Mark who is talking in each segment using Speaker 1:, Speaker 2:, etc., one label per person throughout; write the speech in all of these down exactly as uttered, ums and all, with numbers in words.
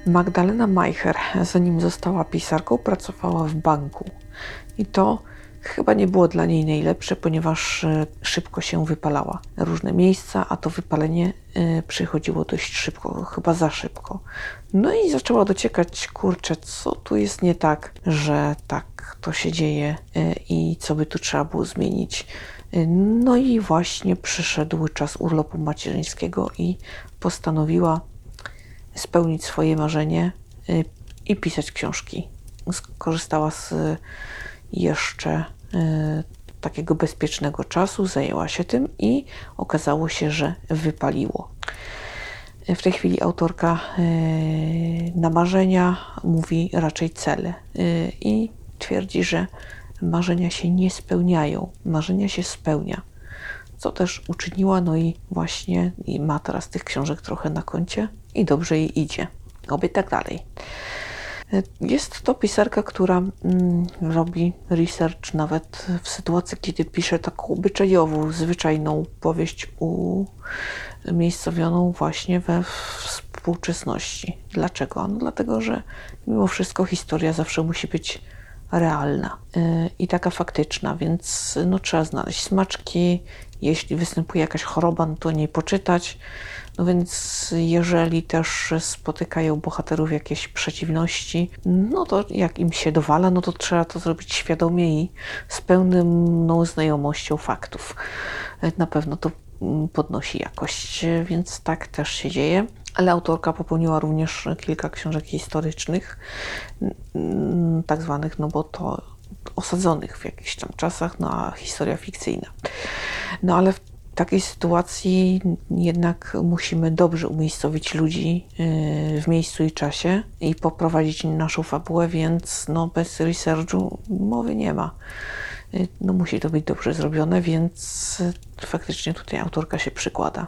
Speaker 1: Magdalena Majcher, zanim została pisarką, pracowała w banku. I to chyba nie było dla niej najlepsze, ponieważ szybko się wypalała. Różne miejsca, a to wypalenie przychodziło dość szybko, chyba za szybko. No i zaczęła dociekać, kurczę, co tu jest nie tak, że tak to się dzieje i co by tu trzeba było zmienić. No i właśnie przyszedł czas urlopu macierzyńskiego i postanowiła spełnić swoje marzenie i pisać książki. Skorzystała z jeszcze takiego bezpiecznego czasu, zajęła się tym i okazało się, że wypaliło. W tej chwili autorka na marzenia mówi raczej cele i twierdzi, że marzenia się nie spełniają, marzenia się spełnia. Co też uczyniła, no i właśnie ma teraz tych książek trochę na koncie i dobrze jej idzie. Oby tak dalej. Jest to pisarka, która mm, robi research nawet w sytuacji, kiedy pisze taką obyczajową, zwyczajną powieść umiejscowioną właśnie we współczesności. Dlaczego? No dlatego, że mimo wszystko historia zawsze musi być realna yy, i taka faktyczna, więc no, trzeba znaleźć smaczki. Jeśli występuje jakaś choroba, no to nie poczytać. No więc jeżeli też spotykają bohaterów jakieś przeciwności, no to jak im się dowala, no to trzeba to zrobić świadomie i z pełną znajomością faktów. Na pewno to podnosi jakość, więc tak też się dzieje. Ale autorka popełniła również kilka książek historycznych, tak zwanych, no bo to osadzonych w jakichś tam czasach, no a historia fikcyjna. No ale w takiej sytuacji jednak musimy dobrze umiejscowić ludzi w miejscu i czasie i poprowadzić naszą fabułę, więc no bez researchu mowy nie ma. No musi to być dobrze zrobione, więc faktycznie tutaj autorka się przykłada.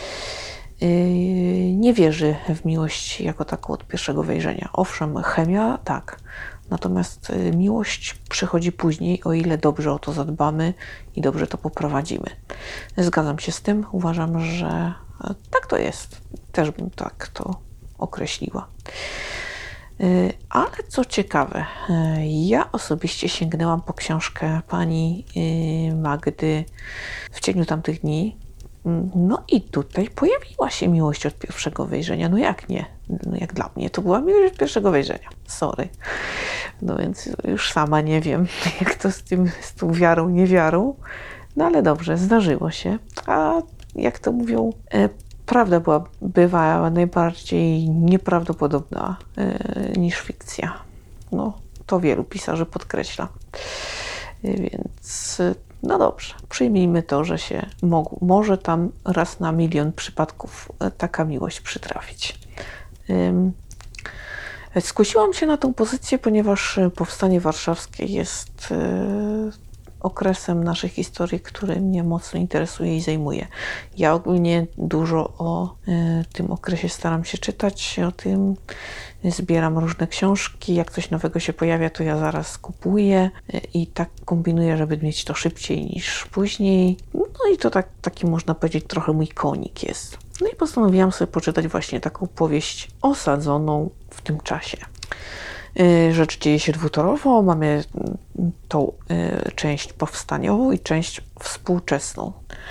Speaker 1: Nie wierzy w miłość jako taką od pierwszego wejrzenia. Owszem, chemia tak, natomiast miłość przychodzi później, o ile dobrze o to zadbamy i dobrze to poprowadzimy. Zgadzam się z tym, uważam, że tak to jest. Też bym tak to określiła. Ale co ciekawe, ja osobiście sięgnęłam po książkę pani Magdy W cieniu tamtych dni. No i tutaj pojawiła się miłość od pierwszego wejrzenia. No jak nie? No jak dla mnie to była miłość od pierwszego wejrzenia. Sorry. No więc już sama nie wiem, jak to z tym, z tą wiarą, niewiarą. No ale dobrze, zdarzyło się. A jak to mówią, e, prawda była, bywa najbardziej nieprawdopodobna e, niż fikcja. No to wielu pisarzy podkreśla. E, więc no dobrze, przyjmijmy to, że się mógł, może tam raz na milion przypadków taka miłość przytrafić. Um, skusiłam się na tą pozycję, ponieważ Powstanie Warszawskie jest e, okresem naszej historii, który mnie mocno interesuje i zajmuje. Ja ogólnie dużo o e, tym okresie staram się czytać, o tym zbieram różne książki, jak coś nowego się pojawia, to ja zaraz kupuję i tak kombinuję, żeby mieć to szybciej niż później. No i to tak, taki można powiedzieć trochę mój konik jest. No i postanowiłam sobie poczytać właśnie taką powieść osadzoną w tym czasie. Rzecz dzieje się dwutorowo, mamy tą część powstaniową i część współczesną.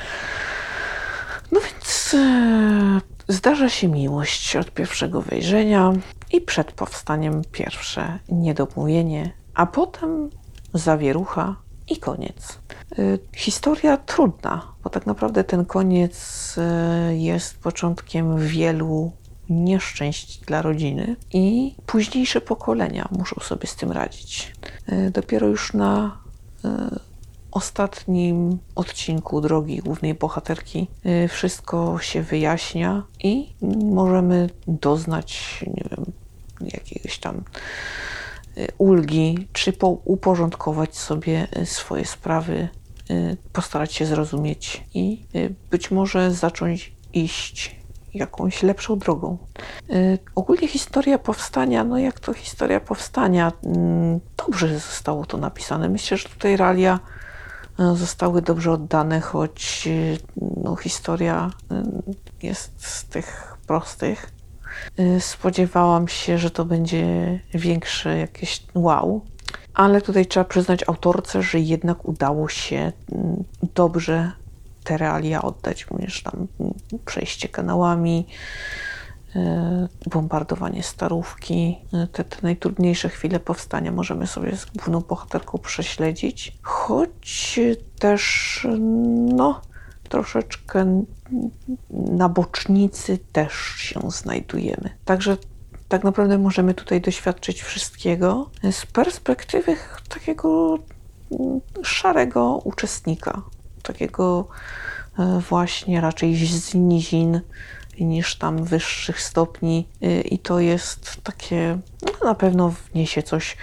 Speaker 1: No więc zdarza się miłość od pierwszego wejrzenia i przed powstaniem pierwsze niedomówienie, a potem zawierucha i koniec. Historia trudna, bo tak naprawdę ten koniec jest początkiem wielu nieszczęść dla rodziny i późniejsze pokolenia muszą sobie z tym radzić. Dopiero już na ostatnim odcinku drogi głównej bohaterki wszystko się wyjaśnia i możemy doznać, nie wiem, jakiegoś tam ulgi, czy uporządkować sobie swoje sprawy, postarać się zrozumieć i być może zacząć iść jakąś lepszą drogą. Ogólnie historia powstania, no jak to historia powstania, dobrze zostało to napisane. Myślę, że tutaj realia zostały dobrze oddane, choć no, historia jest z tych prostych. Spodziewałam się, że to będzie większe jakieś wow, ale tutaj trzeba przyznać autorce, że jednak udało się dobrze te realia oddać, również tam przejście kanałami, bombardowanie Starówki, te, te najtrudniejsze chwile powstania możemy sobie z główną bohaterką prześledzić, choć też no troszeczkę na bocznicy też się znajdujemy. Także tak naprawdę możemy tutaj doświadczyć wszystkiego z perspektywy takiego szarego uczestnika, takiego właśnie raczej z nizin niż tam wyższych stopni i to jest takie, no na pewno wniesie coś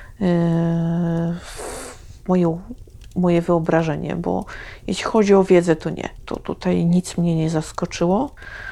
Speaker 1: w moją, moje wyobrażenie, bo jeśli chodzi o wiedzę, to nie, to tutaj nic mnie nie zaskoczyło.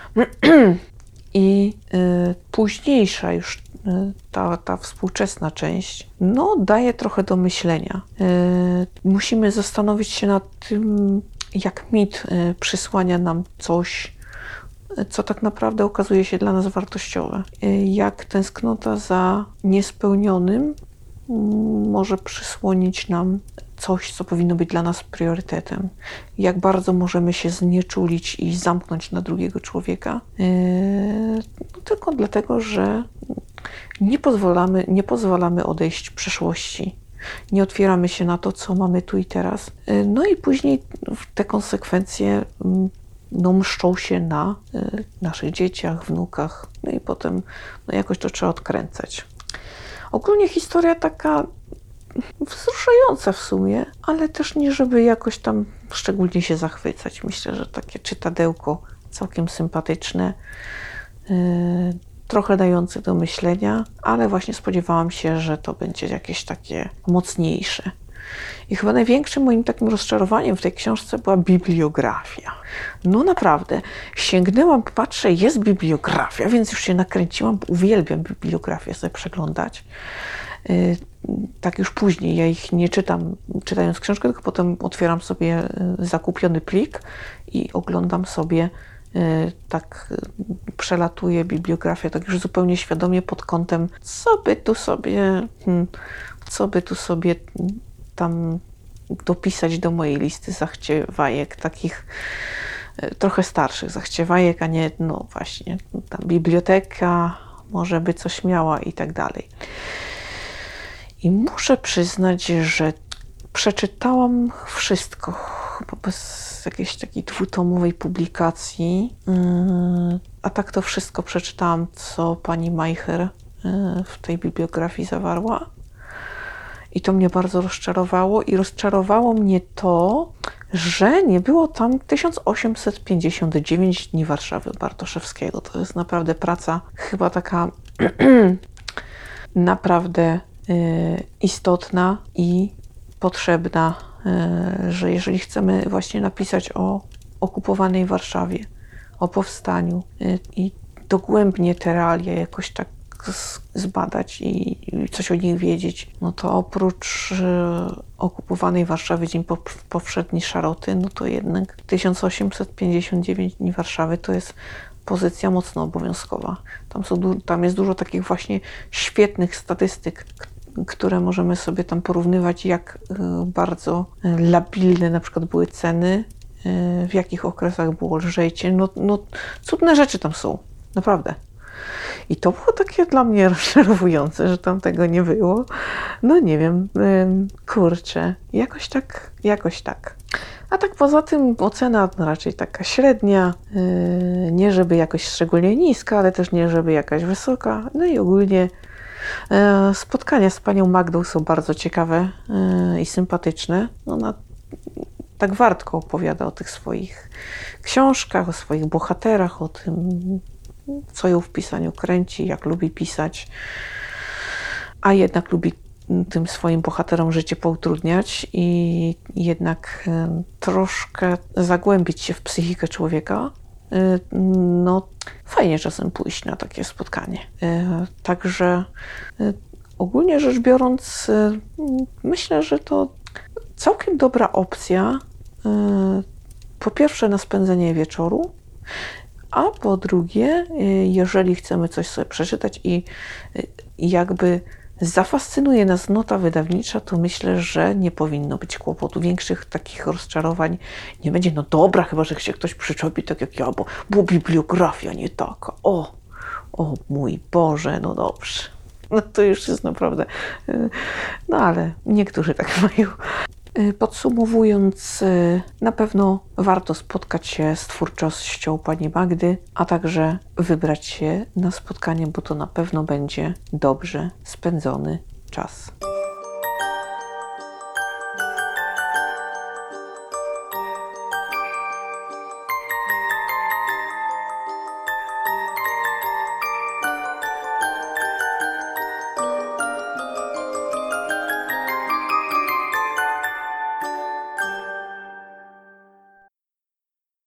Speaker 1: I y, późniejsza już y, ta, ta współczesna część, no daje trochę do myślenia. Y, musimy zastanowić się nad tym, jak mit y, przysłania nam coś, co tak naprawdę okazuje się dla nas wartościowe. Y, jak tęsknota za niespełnionym y, może przysłonić nam coś, co powinno być dla nas priorytetem. Jak bardzo możemy się znieczulić i zamknąć na drugiego człowieka, yy, tylko dlatego, że nie pozwalamy, nie pozwalamy odejść przeszłości. Nie otwieramy się na to, co mamy tu i teraz. Yy, no i później te konsekwencje yy, no, mszczą się na yy, naszych dzieciach, wnukach. No i potem no, jakoś to trzeba odkręcać. Ogólnie historia taka wzruszająca w sumie, ale też nie żeby jakoś tam szczególnie się zachwycać. Myślę, że takie czytadełko całkiem sympatyczne, yy, trochę dające do myślenia, ale właśnie spodziewałam się, że to będzie jakieś takie mocniejsze. I chyba największym moim takim rozczarowaniem w tej książce była bibliografia. No naprawdę, sięgnęłam, patrzę, jest bibliografia, więc już się nakręciłam, uwielbiam bibliografię sobie przeglądać. Yy, tak już później, ja ich nie czytam czytając książkę, tylko potem otwieram sobie zakupiony plik i oglądam sobie, tak przelatuję bibliografię, tak już zupełnie świadomie pod kątem, co by tu sobie, co by tu sobie tam dopisać do mojej listy zachciewajek, takich trochę starszych zachciewajek, a nie, no właśnie, tam biblioteka może by coś miała i tak dalej. I muszę przyznać, że przeczytałam wszystko, chyba bez jakiejś takiej dwutomowej publikacji, a tak to wszystko przeczytałam, co pani Majcher w tej bibliografii zawarła. I to mnie bardzo rozczarowało i rozczarowało mnie to, że nie było tam tysiąc osiemset pięćdziesiąt dziewięć dni Warszawy Bartoszewskiego. To jest naprawdę praca chyba taka naprawdę istotna i potrzebna, że jeżeli chcemy właśnie napisać o okupowanej Warszawie, o powstaniu i dogłębnie te realia jakoś tak zbadać i coś o nich wiedzieć, no to oprócz okupowanej Warszawy Dzień Powszedni Szaroty, no to jednak tysiąc osiemset pięćdziesiąt dziewięć dni Warszawy to jest pozycja mocno obowiązkowa. Tam, są, tam jest dużo takich właśnie świetnych statystyk, które możemy sobie tam porównywać, jak bardzo labilne na przykład były ceny, w jakich okresach było lżejcie. No, no cudne rzeczy tam są, naprawdę. I to było takie dla mnie rozczarowujące, że tam tego nie było. No nie wiem, kurczę, jakoś tak, jakoś tak. A tak poza tym ocena raczej taka średnia, nie żeby jakoś szczególnie niska, ale też nie żeby jakaś wysoka. No i ogólnie spotkania z panią Magdą są bardzo ciekawe i sympatyczne. Ona tak wartko opowiada o tych swoich książkach, o swoich bohaterach, o tym, co ją w pisaniu kręci, jak lubi pisać, a jednak lubi tym swoim bohaterom życie poutrudniać i jednak troszkę zagłębić się w psychikę człowieka. No, fajnie czasem pójść na takie spotkanie. Także ogólnie rzecz biorąc, myślę, że to całkiem dobra opcja. Po pierwsze na spędzenie wieczoru, A po drugie, jeżeli chcemy coś sobie przeczytać i jakby zafascynuje nas nota wydawnicza, to myślę, że nie powinno być kłopotu. Większych takich rozczarowań nie będzie. No dobra, chyba że się ktoś przyczepi tak jak ja, bo, bo bibliografia nie taka. O, o mój Boże, no dobrze. No to już jest naprawdę... No ale niektórzy tak mają. Podsumowując, na pewno warto spotkać się z twórczością pani Magdy, a także wybrać się na spotkanie, bo to na pewno będzie dobrze spędzony czas.